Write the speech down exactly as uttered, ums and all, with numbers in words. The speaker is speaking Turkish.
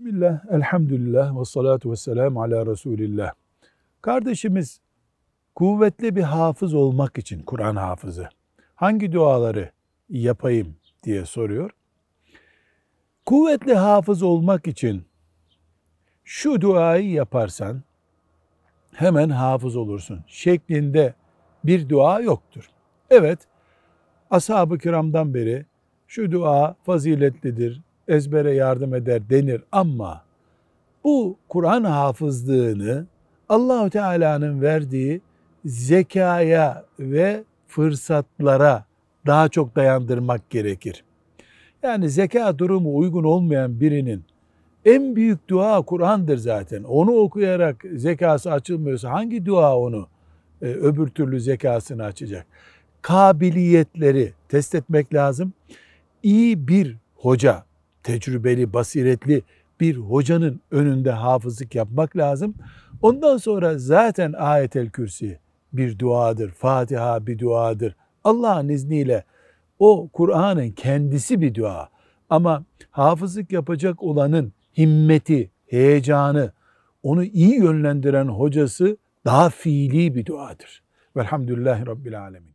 Bismillah, elhamdülillah ve salatu ve selamu ala Resulillah. Kardeşimiz kuvvetli bir hafız olmak için, Kur'an hafızı, hangi duaları yapayım diye soruyor. Kuvvetli hafız olmak için şu duayı yaparsan hemen hafız olursun şeklinde bir dua yoktur. Evet, ashab-ı kiramdan beri şu dua faziletlidir, ezbere yardım eder denir ama bu Kur'an hafızlığını Allah-u Teala'nın verdiği zekaya ve fırsatlara daha çok dayandırmak gerekir. Yani zeka durumu uygun olmayan birinin en büyük dua Kur'an'dır zaten. Onu okuyarak zekası açılmıyorsa hangi dua onu e, öbür türlü zekasını açacak? Kabiliyetleri test etmek lazım. İyi bir hoca, tecrübeli, basiretli bir hocanın önünde hafızlık yapmak lazım. Ondan sonra zaten Ayet-el Kürsi bir duadır, Fatiha bir duadır. Allah'ın izniyle o Kur'an'ın kendisi bir dua. Ama hafızlık yapacak olanın himmeti, heyecanı, onu iyi yönlendiren hocası daha fiili bir duadır. Velhamdülillahi Rabbil Alemin.